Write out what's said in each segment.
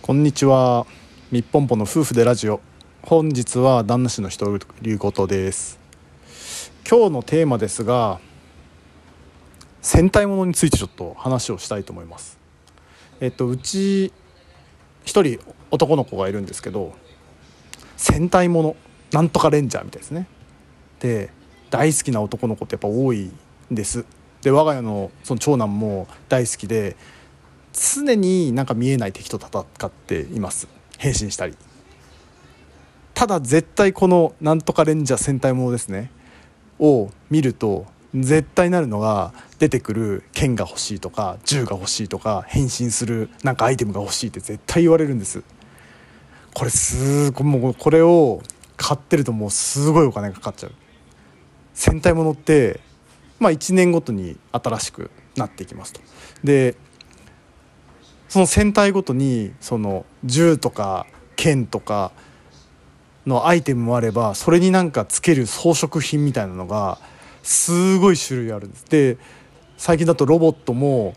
こんにちは。みっぽんぽの夫婦でラジオ。本日は旦那氏の独り言です。今日のテーマですが、戦隊ものについてちょっと話をしたいと思います。うち一人男の子がいるんですけど、戦隊ものなんとかレンジャーみたいですね。で、大好きな男の子ってやっぱ多いんです。で、我が家のその長男も大好きで、常になんか見えない敵と戦っています。変身したり。ただ絶対このなんとかレンジャー戦隊ものですねを見ると絶対なるのが、出てくる剣が欲しいとか銃が欲しいとか変身するなんかアイテムが欲しいって絶対言われるんです。これもうこれを買ってるともうすごいお金がかかっちゃう。戦隊ものって1年ごとに新しくなっていきますと。でその戦隊ごとにその銃とか剣とかのアイテムもあれば、それになんかつける装飾品みたいなのがすごい種類あるんです。で最近だとロボットも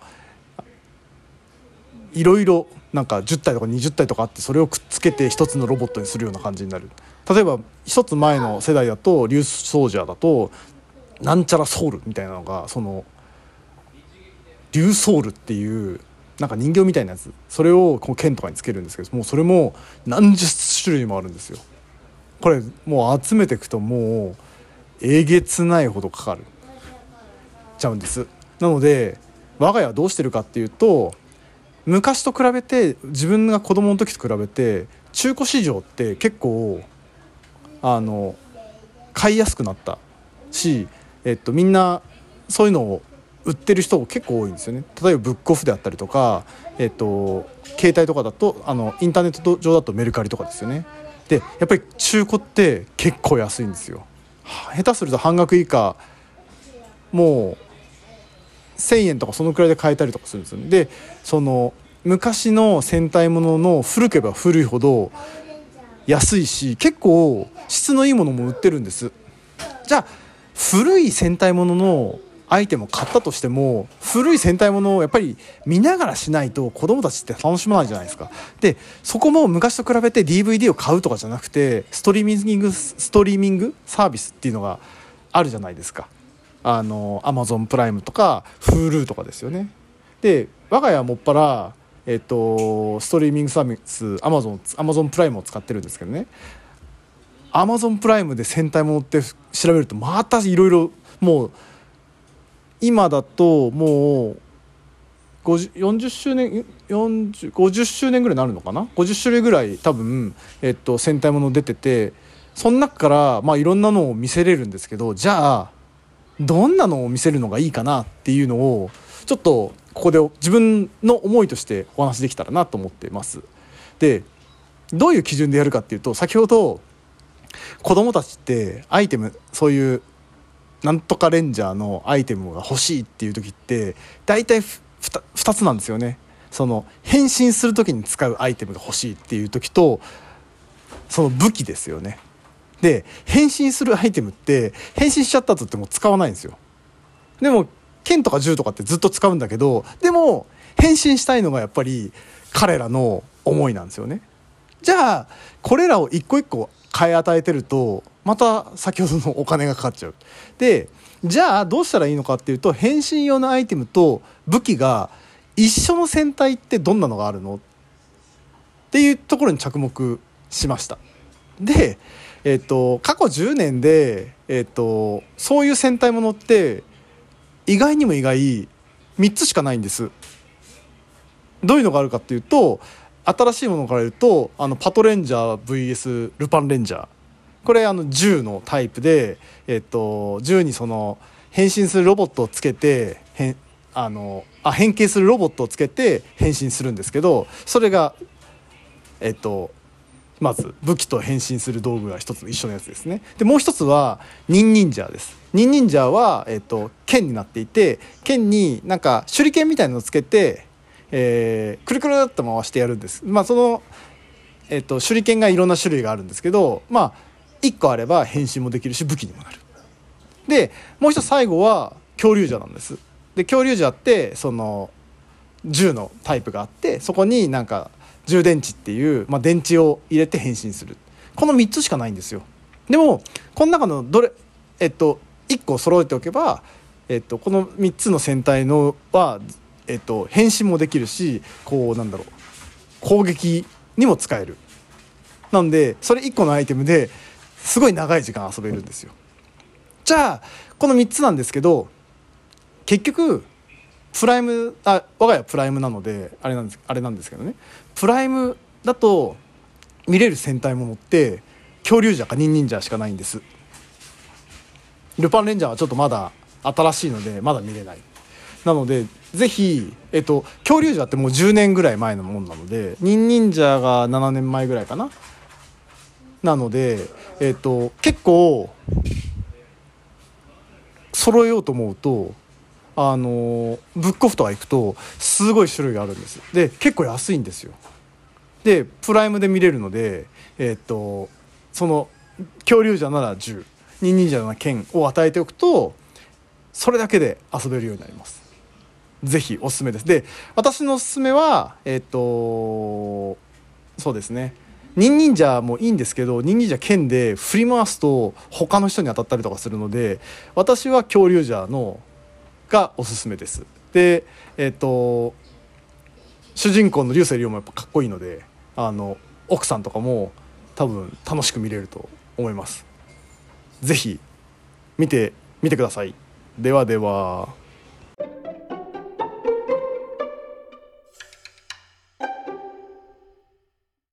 いろいろなんか10体とか20体とかあって、それをくっつけて一つのロボットにするような感じになる。例えば一つ前の世代だとリュウソージャーだとなんちゃらソウルみたいなのが、そのリュウソウルっていうなんか人形みたいなやつ、それをこう剣とかにつけるんですけど、もうそれも何十種類もあるんですよ。これもう集めていくともうえげつないほどかかるちゃうんです。なので我が家はどうしてるかっていうと、昔と比べて、自分が子供の時と比べて中古市場って結構買いやすくなったし、みんなそういうのを売ってる人結構多いんですよね。例えばブックオフであったりとか、携帯とかだとインターネット上だとメルカリとかですよね。でやっぱり中古って結構安いんですよ。下手すると半額以下、もう1000円とかそのくらいで買えたりとかするんですよね。でその昔の戦隊ものの古ければ古いほど安いし、結構質のいいものも売ってるんです。じゃあ古い戦隊もののアイテムを買ったとしても、古い戦隊ものをやっぱり見ながらしないと子供たちって楽しまないじゃないですか。でそこも昔と比べて DVD を買うとかじゃなくて、ストリーミングサービスっていうのがあるじゃないですか。Amazon プライムとか Hulu とかですよね。で我が家はもっぱら、ストリーミングサービス Amazon プライムを使ってるんですけどね。Amazon プライムで戦隊ものって調べるとまたいろいろ、もう今だともう40周年50周年ぐらいになるのかな。50種類ぐらい多分、戦隊もの出てて、その中からいろんなのを見せれるんですけど、じゃあどんなのを見せるのがいいかなっていうのをちょっとここで自分の思いとしてお話できたらなと思っています。でどういう基準でやるかっていうと、先ほど子供たちってアイテム、そういうなんとかレンジャーのアイテムが欲しいっていう時って大体2つなんですよね。その変身する時に使うアイテムが欲しいっていう時と、その武器ですよね。で変身するアイテムって変身しちゃった後ってもう使わないんですよ。でも剣とか銃とかってずっと使うんだけど、でも変身したいのがやっぱり彼らの思いなんですよね。じゃあこれらを一個一個買い与えてると、また先ほどのお金がかかっちゃう。でじゃあどうしたらいいのかっていうと、変身用のアイテムと武器が一緒の戦隊ってどんなのがあるのっていうところに着目しました。で、過去10年で、そういう戦隊ものって意外にも意外3つしかないんです。どういうのがあるかっていうと、新しいものから言うとパトレンジャー VS ルパンレンジャー、これ銃のタイプで、銃にその変身するロボットをつけて変形するロボットをつけて変身するんですけど、それがまず武器と変身する道具が一つ一緒のやつですね。でもう一つはニンニンジャーです。ニンニンジャーは、剣になっていて、剣になんか手裏剣みたいなのをつけて、くるくるっと回してやるんです。その、手裏剣がいろんな種類があるんですけど、1個あれば変身もできるし武器にもなる。でもう一つ最後は恐竜ジャーなんです。で恐竜ジャーってその銃のタイプがあって、そこになんか充電池っていう、電池を入れて変身する、この3つしかないんですよ。でもこの中の1個揃えておけば、この3つの戦隊のは、変身もできるし、攻撃にも使える。なのでそれ1個のアイテムですごい長い時間遊べるんですよ。じゃあこの3つなんですけど、結局プライム我が家プライムなのであれなんですけどね、プライムだと見れる戦隊ものって恐竜ジャかニンニンジャしかないんです。ルパンレンジャーはちょっとまだ新しいのでまだ見れない。なのでぜひ、恐竜ジャってもう10年ぐらい前のもんなので、ニンニンジャが7年前ぐらいかな。なので、結構揃えようと思うとブックオフとか行くとすごい種類があるんです。で結構安いんですよ。でプライムで見れるので、その恐竜じゃなら10、ニンニンジャなら剣を与えておくとそれだけで遊べるようになります。ぜひおすすめです。で私のおすすめはそうですね、ニンニンジャもいいんですけど、ニンニンジャ剣で振り回すと他の人に当たったりとかするので、私は恐竜ジャのがおすすめです。で主人公の竜星涼もやっぱかっこいいので、奥さんとかも多分楽しく見れると思います。ぜひ見てみてください。ではでは。